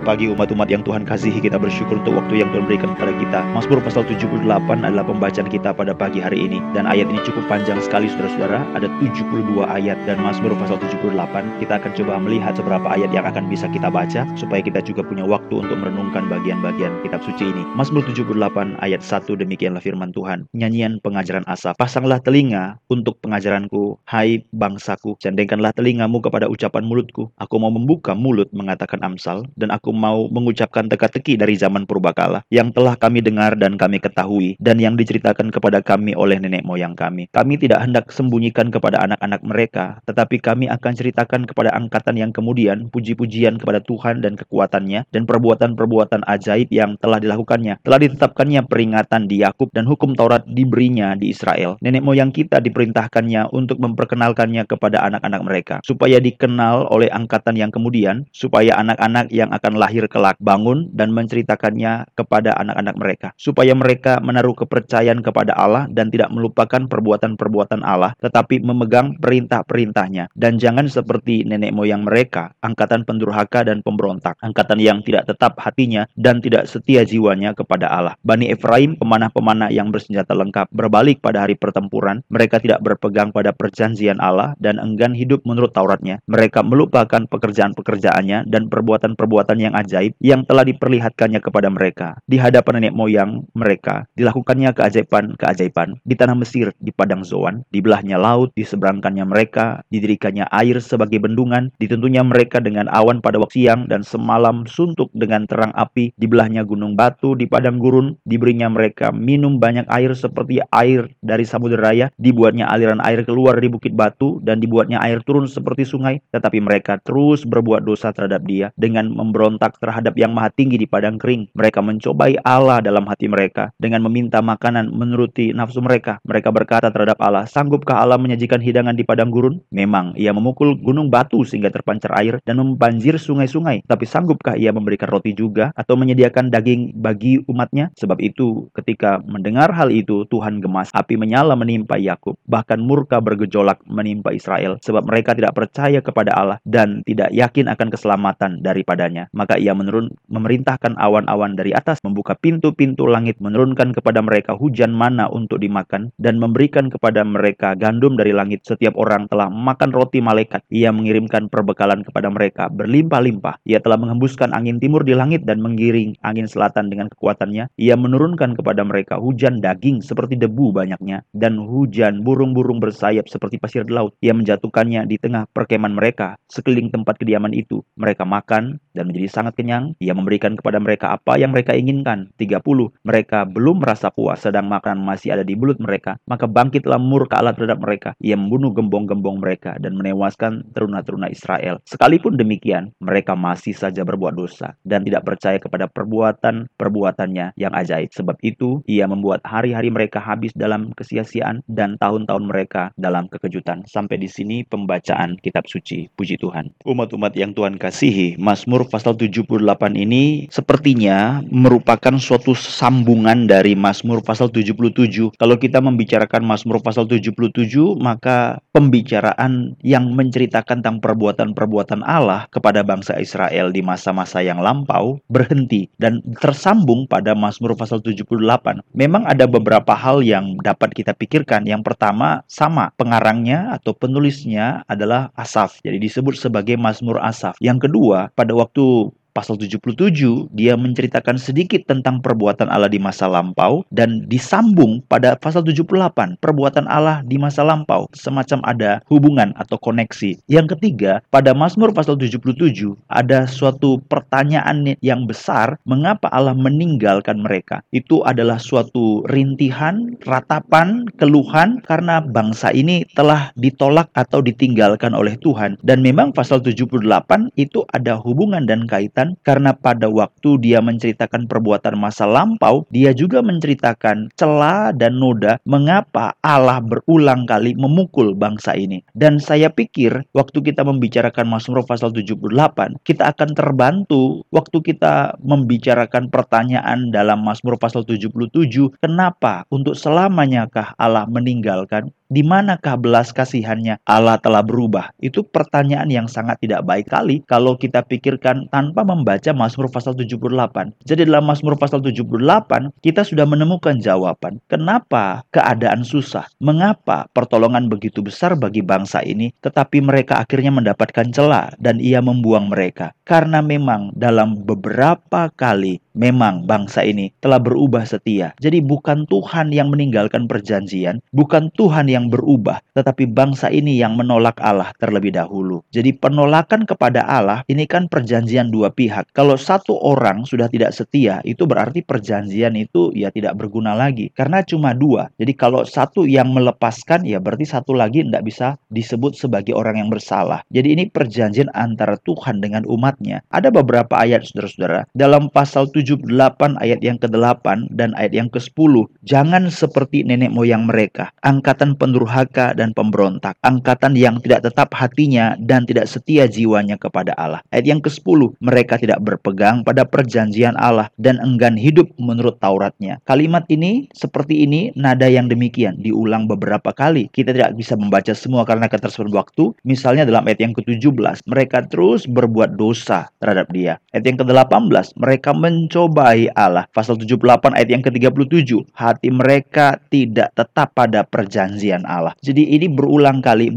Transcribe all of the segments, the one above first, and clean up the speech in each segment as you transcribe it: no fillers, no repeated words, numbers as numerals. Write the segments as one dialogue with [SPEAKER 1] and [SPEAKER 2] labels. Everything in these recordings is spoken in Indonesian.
[SPEAKER 1] pagi umat-umat yang Tuhan kasihi, kita bersyukur untuk waktu yang Tuhan berikan kepada kita. Mazmur pasal 78 adalah pembacaan kita pada pagi hari ini. Dan ayat ini cukup panjang sekali saudara-saudara, ada 72 ayat. Dan Mazmur pasal 78, kita akan coba melihat seberapa ayat yang akan bisa kita baca, supaya kita juga punya waktu untuk merenungkan bagian-bagian kitab suci ini. Mazmur 78 ayat 1, demikianlah firman Tuhan. Nyanyian pengajaran Asaf. Pasanglah telinga untuk pengajaranku, hai bangsaku. Jandengkanlah telingamu kepada ucapan mulutku. Aku mau membuka mulut mengatakan amsal, dan aku mau mengucapkan teka-teki dari zaman purbakala, yang telah kami dengar dan kami ketahui, dan yang diceritakan kepada kami oleh nenek moyang kami. Kami tidak hendak sembunyikan kepada anak-anak mereka, tetapi kami akan ceritakan kepada angkatan yang kemudian puji-pujian kepada Tuhan dan kekuatannya, dan perbuatan-perbuatan ajaib yang telah dilakukannya. Telah ditetapkannya peringatan di Yakub, dan hukum Taurat diberinya di Israel. Nenek moyang kita diperintahkannya untuk memperkenalkannya kepada anak-anak mereka, supaya dikenal oleh angkatan yang kemudian, supaya anak-anak yang akan lahir kelak bangun dan menceritakannya kepada anak-anak mereka, supaya mereka menaruh kepercayaan kepada Allah dan tidak melupakan perbuatan-perbuatan Allah, tetapi memegang perintah-perintahnya. Dan jangan seperti nenek moyang mereka, angkatan pendurhaka dan pemberontak, angkatan yang tidak tetap hatinya dan tidak setia jiwanya kepada Allah. Bani Efraim, pemanah-pemanah yang bersenjata lengkap, berbalik pada hari pertempuran. Mereka tidak berpegang pada perjanjian Allah dan enggan hidup menurut Tauratnya. Mereka melupakan pekerjaan-pekerjaannya dan perbuatan-perbuatan yang ajaib yang telah diperlihatkannya kepada mereka. Di hadapan nenek moyang mereka dilakukannya keajaiban-keajaiban. Di tanah Mesir, di padang Zoan, dibelahnya laut, diseberangkannya mereka, didirikannya air sebagai bendungan, ditentunya mereka dengan awan pada waktu siang, dan semalam suntuk dengan terang api. Dibelahnya gunung batu di padang gurun, diberinya mereka minum banyak air seperti air dari samudera raya. Dibuatnya aliran air keluar di bukit batu, dan dibuatnya air turun seperti sungai. Tetapi mereka terus berbuat dosa terhadap Dia dengan memberontak terhadap Yang Maha Tinggi di padang kering. Mereka mencobai Allah dalam hati mereka dengan meminta makanan menuruti nafsu mereka. Mereka berkata terhadap Allah, sanggupkah Allah menyajikan hidangan di padang gurun? Memang Ia memukul gunung batu sehingga terpancar air dan membanjir sungai-sungai. Tapi sanggupkah Ia memberikan roti juga, atau menyediakan daging bagi umatnya? Sebab itu ketika mendengar hal itu, Tuhan gemas. Api menyala menimpa Yakub, bahkan murka bergejolak menimpa Israel, sebab mereka tidak percaya kepada Allah dan tidak yakin akan keselamatan daripadanya. Maka Ia memerintahkan awan-awan dari atas, membuka pintu-pintu langit, menurunkan kepada mereka hujan mana untuk dimakan, dan memberikan kepada mereka gandum dari langit. Setiap orang telah makan roti malaikat. Ia mengirimkan perbekalan kepada mereka berlimpah-limpah. Ia telah menghembuskan angin timur di langit dan menggiring angin selatan dengan kekuatannya. Ia menurunkan kepada mereka hujan daging seperti debu banyaknya, dan hujan burung-burung bersayap seperti pasir di laut. Ia menjatuhkannya di tengah perkemahan mereka, sekeliling tempat kediaman itu. Mereka makan dan menjadi sangat kenyang. Ia memberikan kepada mereka apa yang mereka inginkan. 30. Mereka belum merasa puas, sedang makanan masih ada di mulut mereka. Maka bangkitlah murka Allah terhadap mereka. Ia membunuh gembong-gembong mereka dan menewaskan teruna-teruna Israel. Sekalipun demikian, mereka masih saja berbuat dosa dan tidak percaya kepada perbuatan-perbuatannya yang ajaib. Sebab itu, Ia membuat hari-hari mereka habis dalam kesia-siaan dan tahun-tahun mereka dalam kekejutan. Sampai di sini pembacaan kitab suci. Puji Tuhan. Umat-umat yang Tuhan kasihi, Mazmur pasal 78 ini sepertinya merupakan suatu sambungan dari Mazmur pasal 77. Kalau kita membicarakan Mazmur pasal 77, maka pembicaraan yang menceritakan tentang perbuatan-perbuatan Allah kepada bangsa Israel di masa-masa yang lampau berhenti dan tersambung pada Mazmur pasal 78. Memang ada beberapa hal yang dapat kita pikirkan. Yang pertama, sama, pengarangnya atau penulisnya adalah Asaf. Jadi disebut sebagai Mazmur Asaf. Yang kedua, pada waktu pasal 77, dia menceritakan sedikit tentang perbuatan Allah di masa lampau, dan disambung pada pasal 78, perbuatan Allah di masa lampau. Semacam ada hubungan atau koneksi. Yang ketiga, pada Mazmur pasal 77, ada suatu pertanyaan yang besar, mengapa Allah meninggalkan mereka? Itu adalah suatu rintihan, ratapan, keluhan, karena bangsa ini telah ditolak atau ditinggalkan oleh Tuhan. Dan memang pasal 78 itu ada hubungan dan kaitan, karena pada waktu dia menceritakan perbuatan masa lampau, dia juga menceritakan cela dan noda mengapa Allah berulang kali memukul bangsa ini. Dan saya pikir waktu kita membicarakan Mazmur pasal 78, kita akan terbantu waktu kita membicarakan pertanyaan dalam Mazmur pasal 77, kenapa untuk selamanyakah Allah meninggalkan? Di manakah belas kasihannya Allah telah berubah? Itu pertanyaan yang sangat tidak baik kali kalau kita pikirkan tanpa membaca Mazmur pasal 78. Jadi dalam Mazmur pasal 78 kita sudah menemukan jawaban. Kenapa keadaan susah? Mengapa pertolongan begitu besar bagi bangsa ini tetapi mereka akhirnya mendapatkan celah dan ia membuang mereka? Karena memang dalam beberapa kali memang bangsa ini telah berubah setia. Jadi bukan Tuhan yang meninggalkan perjanjian, bukan Tuhan yang berubah, tetapi bangsa ini yang menolak Allah terlebih dahulu. Jadi penolakan kepada Allah ini kan perjanjian dua pihak. Kalau satu orang sudah tidak setia, itu berarti perjanjian itu ya tidak berguna lagi. Karena cuma dua. Jadi kalau satu yang melepaskan, ya berarti satu lagi tidak bisa disebut sebagai orang yang bersalah. Jadi ini perjanjian antara Tuhan dengan umatnya. Ada beberapa ayat saudara-saudara. Dalam pasal 78 ayat yang ke-8 dan ayat yang ke-10. Jangan seperti nenek moyang mereka, angkatan pendurhaka dan pemberontak, angkatan yang tidak tetap hatinya dan tidak setia jiwanya kepada Allah. Ayat yang ke-10, mereka tidak berpegang pada perjanjian Allah dan enggan hidup menurut Tauratnya. Kalimat ini seperti ini, nada yang demikian diulang beberapa kali. Kita tidak bisa membaca semua karena ketersediaan waktu. Misalnya dalam ayat yang ke-17, mereka terus berbuat dosa terhadap Dia. Ayat yang ke-18, mereka mencobai Allah. Pasal 78 ayat yang ke-37, hati mereka tidak tetap pada perjanjian Allah. Jadi ini berulang kali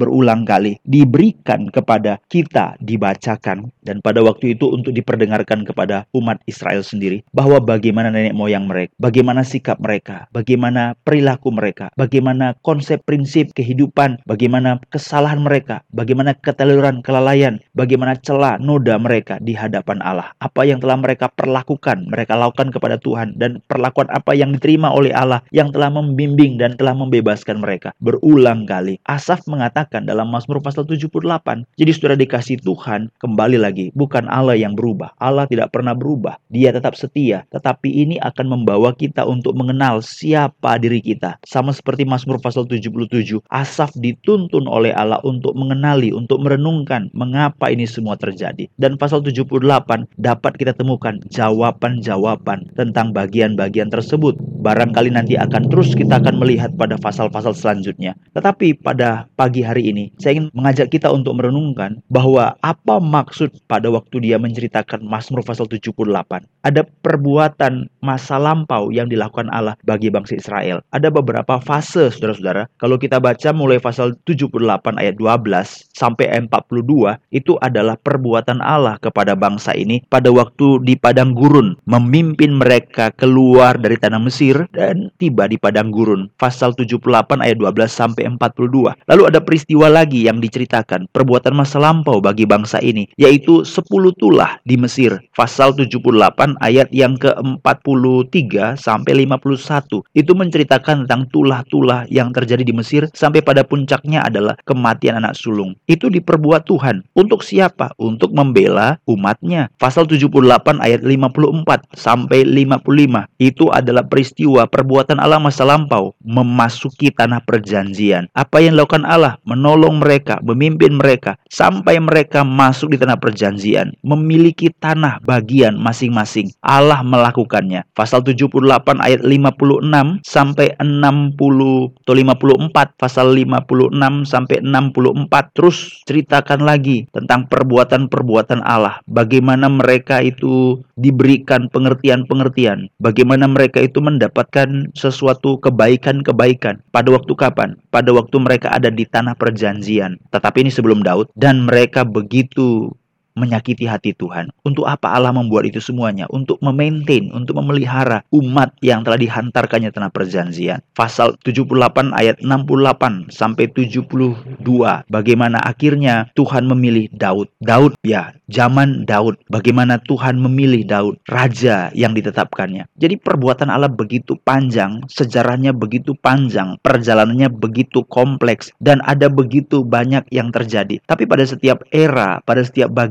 [SPEAKER 1] diberikan kepada kita, dibacakan, dan pada waktu itu untuk diperdengarkan kepada umat Israel sendiri, bahwa bagaimana nenek moyang mereka, bagaimana sikap mereka, bagaimana perilaku mereka, bagaimana konsep prinsip kehidupan, bagaimana kesalahan mereka, bagaimana keteliran, kelalaian, bagaimana celah noda mereka di hadapan Allah. Apa yang telah mereka perlakukan, mereka lakukan kepada Tuhan, dan perlakuan apa yang diterima oleh Allah yang telah membimbing dan telah membebaskan mereka. Berulang kali Asaf mengatakan dalam Mazmur pasal 78. Jadi saudara dikasih Tuhan, kembali lagi, bukan Allah yang berubah. Allah tidak pernah berubah. Dia tetap setia. Tetapi ini akan membawa kita untuk mengenal siapa diri kita. Sama seperti Mazmur pasal 77. Asaf dituntun oleh Allah untuk mengenali, untuk merenungkan mengapa ini semua terjadi. Dan pasal 78 dapat kita temukan jawaban-jawaban tentang bagian-bagian tersebut. Barangkali nanti kita akan melihat pada pasal-pasal selanjutnya. Tetapi pada pagi hari ini, saya ingin mengajak kita untuk merenungkan bahwa apa maksud pada waktu dia menceritakan Mazmur pasal 78. Ada perbuatan masa lampau yang dilakukan Allah bagi bangsa Israel. Ada beberapa fase, saudara-saudara. Kalau kita baca mulai pasal 78 ayat 12 sampai 42, itu adalah perbuatan Allah kepada bangsa ini pada waktu di padang gurun, memimpin mereka keluar dari tanah Mesir dan tiba di padang gurun. Pasal 78 ayat 12 sampai 42. Lalu ada peristiwa lagi yang diceritakan, perbuatan masa lampau bagi bangsa ini, yaitu 10 tulah di Mesir. Pasal 78 ayat yang ke-43 sampai 51. Itu menceritakan tentang tulah-tulah yang terjadi di Mesir sampai pada puncaknya adalah kematian anak sulung. Itu diperbuat Tuhan. Untuk siapa? Untuk membela umatnya. Pasal 78 ayat 54 sampai 55. Itu adalah peristiwa perbuatan Allah masa lampau memasuki tanah perjanjian. Apa yang dilakukan Allah? Menolong mereka, memimpin mereka sampai mereka masuk di tanah perjanjian, memiliki tanah bagian masing-masing. Allah melakukannya. Pasal 78 ayat 56 sampai 60 atau 54, pasal 56 sampai 64 terus ceritakan lagi tentang perbuatan-perbuatan Allah. Bagaimana mereka itu diberikan pengertian-pengertian. Bagaimana mereka itu mendapatkan sesuatu kebaikan-kebaikan. Pada waktu kapan? Pada waktu mereka ada di tanah perjanjian. Tetapi ini sebelum Daud. Dan mereka begitu menyakiti hati Tuhan. Untuk apa Allah membuat itu semuanya? Untuk memaintain, untuk memelihara umat yang telah dihantarkannya tanah perjanjian. Pasal 78 ayat 68 sampai 72. Bagaimana akhirnya Tuhan memilih Daud. Daud ya, zaman Daud. Bagaimana Tuhan memilih Daud, raja yang ditetapkannya. Jadi perbuatan Allah begitu panjang, sejarahnya begitu panjang, perjalanannya begitu kompleks, dan ada begitu banyak yang terjadi. Tapi pada setiap era, pada setiap bagian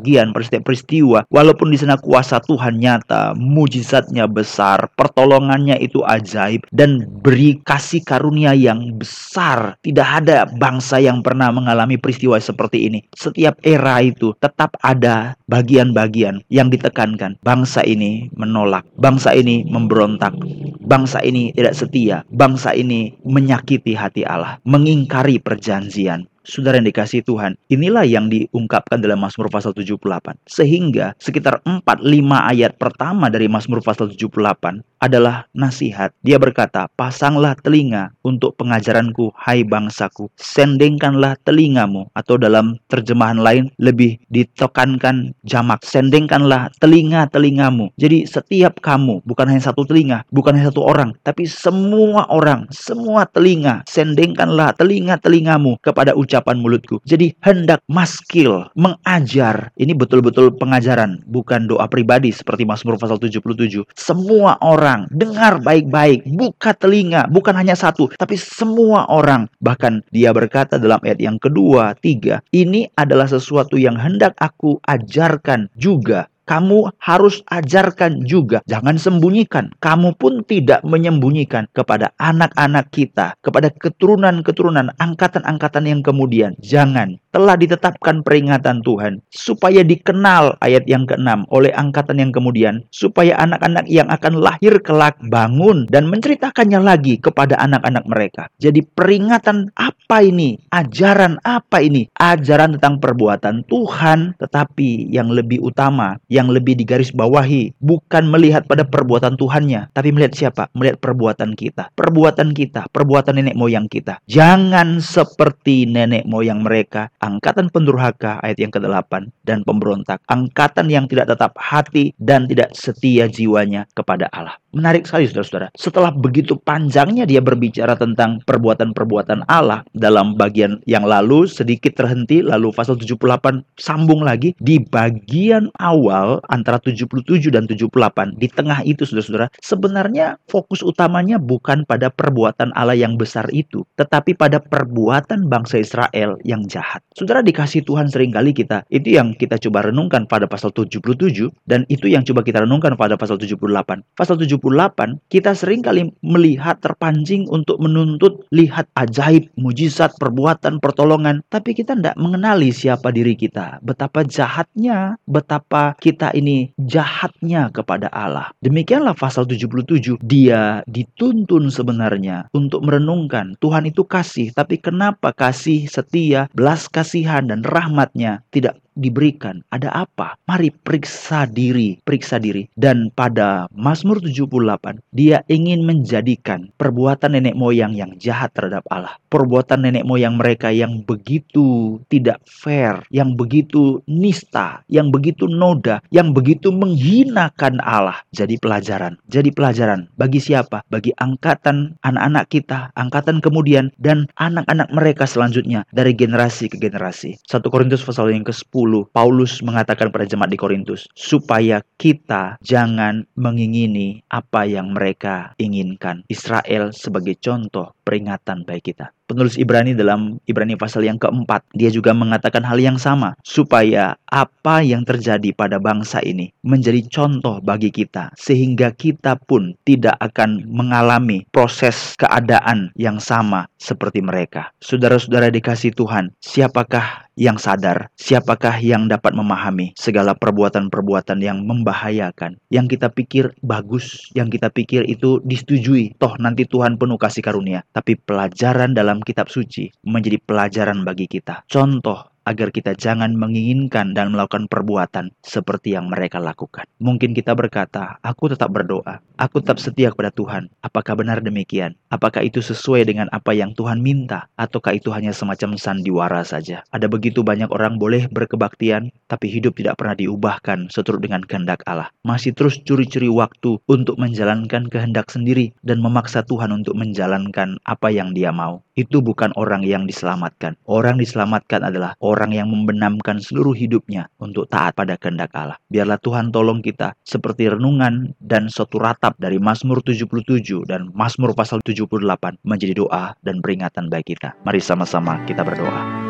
[SPEAKER 1] bagian, pada setiap peristiwa, walaupun di sana kuasa Tuhan nyata, mujizatnya besar, pertolongannya itu ajaib, dan beri kasih karunia yang besar. Tidak ada bangsa yang pernah mengalami peristiwa seperti ini. Setiap era itu tetap ada bagian-bagian yang ditekankan. Bangsa ini menolak, bangsa ini memberontak, bangsa ini tidak setia, bangsa ini menyakiti hati Allah, mengingkari perjanjian. Saudara yang dikasihi Tuhan, inilah yang diungkapkan dalam Mazmur pasal 78. Sehingga sekitar 4-5 ayat pertama dari Mazmur pasal 78 adalah nasihat. Dia berkata, pasanglah telinga untuk pengajaranku, hai bangsaku. Sendengkanlah telingamu. Atau dalam terjemahan lain lebih ditekankan jamak. Sendengkanlah telinga-telingamu. Jadi setiap kamu, bukan hanya satu telinga, bukan hanya satu orang, tapi semua orang, semua telinga. Sendengkanlah telinga-telingamu kepada ucapan mulutku. Jadi hendak maskil, mengajar. Ini betul-betul pengajaran, bukan doa pribadi seperti Mazmur pasal 77. Semua orang dengar baik-baik, buka telinga, bukan hanya satu, tapi semua orang. Bahkan dia berkata dalam ayat yang kedua, 3, ini adalah sesuatu yang hendak aku ajarkan juga. Kamu harus ajarkan juga. Jangan sembunyikan. Kamu pun tidak menyembunyikan kepada anak-anak kita, kepada keturunan-keturunan, angkatan-angkatan yang kemudian. Jangan. Telah ditetapkan peringatan Tuhan supaya dikenal, ayat yang ke-6, oleh angkatan yang kemudian, supaya anak-anak yang akan lahir kelak bangun dan menceritakannya lagi kepada anak-anak mereka. Jadi peringatan apa ini? Ajaran apa ini? Ajaran tentang perbuatan Tuhan, tetapi yang lebih utama, yang lebih digarisbawahi, bukan melihat pada perbuatan Tuhannya, tapi melihat siapa? Melihat perbuatan kita. Perbuatan kita, perbuatan nenek moyang kita. Jangan seperti nenek moyang mereka, angkatan pendurhaka, ayat yang ke-8, dan pemberontak. Angkatan yang tidak tetap hati dan tidak setia jiwanya kepada Allah. Menarik sekali saudara-saudara. Setelah begitu panjangnya dia berbicara tentang perbuatan-perbuatan Allah, dalam bagian yang lalu sedikit terhenti, lalu pasal 78 sambung lagi. Di bagian awal antara 77 dan 78, di tengah itu saudara-saudara, sebenarnya fokus utamanya bukan pada perbuatan Allah yang besar itu, tetapi pada perbuatan bangsa Israel yang jahat. Saudara dikasih Tuhan, seringkali kita, itu yang kita coba renungkan pada pasal 77, dan itu yang coba kita renungkan pada pasal 78. Pasal 78, kita seringkali melihat terpancing untuk menuntut, lihat ajaib, mujizat, perbuatan, pertolongan, tapi kita tidak mengenali siapa diri kita, betapa jahatnya, betapa kita ini jahatnya kepada Allah. Demikianlah pasal 77, dia dituntun sebenarnya untuk merenungkan, Tuhan itu kasih, tapi kenapa kasih, setia, belas kasihan dan rahmatnya tidak diberikan? Ada apa? Mari periksa diri, periksa diri. Dan pada Mazmur 78, dia ingin menjadikan perbuatan nenek moyang yang jahat terhadap Allah, perbuatan nenek moyang mereka yang begitu tidak fair, yang begitu nista, yang begitu noda, yang begitu menghinakan Allah, jadi pelajaran. Jadi pelajaran bagi siapa? Bagi angkatan anak-anak kita, angkatan kemudian, dan anak-anak mereka selanjutnya dari generasi ke generasi. 1 Korintus pasal yang ke-10, Paulus mengatakan pada jemaat di Korintus, supaya kita jangan mengingini apa yang mereka inginkan. Israel sebagai contoh peringatan bagi kita. Penulis Ibrani dalam Ibrani pasal yang ke-4, dia juga mengatakan hal yang sama, supaya apa yang terjadi pada bangsa ini menjadi contoh bagi kita, sehingga kita pun tidak akan mengalami proses keadaan yang sama seperti mereka. Saudara-saudara dikasih Tuhan, siapakah yang sadar? Siapakah yang dapat memahami segala perbuatan-perbuatan yang membahayakan, yang kita pikir bagus, yang kita pikir itu disetujui, toh nanti Tuhan penuh kasih karunia. Tapi pelajaran dalam kitab suci menjadi pelajaran bagi kita, contoh agar kita jangan menginginkan dan melakukan perbuatan seperti yang mereka lakukan. Mungkin kita berkata, aku tetap berdoa, aku tetap setia kepada Tuhan. Apakah benar demikian? Apakah itu sesuai dengan apa yang Tuhan minta? Ataukah itu hanya semacam sandiwara saja? Ada begitu banyak orang boleh berkebaktian, tapi hidup tidak pernah diubahkan seturut dengan kehendak Allah. Masih terus curi-curi waktu untuk menjalankan kehendak sendiri dan memaksa Tuhan untuk menjalankan apa yang Dia mau. Itu bukan orang yang diselamatkan. Orang diselamatkan adalah orang yang membenamkan seluruh hidupnya untuk taat pada kehendak Allah. Biarlah Tuhan tolong kita seperti renungan dan suatu ratap dari Mazmur 77 dan Mazmur pasal 78 menjadi doa dan peringatan bagi kita. Mari sama-sama kita berdoa.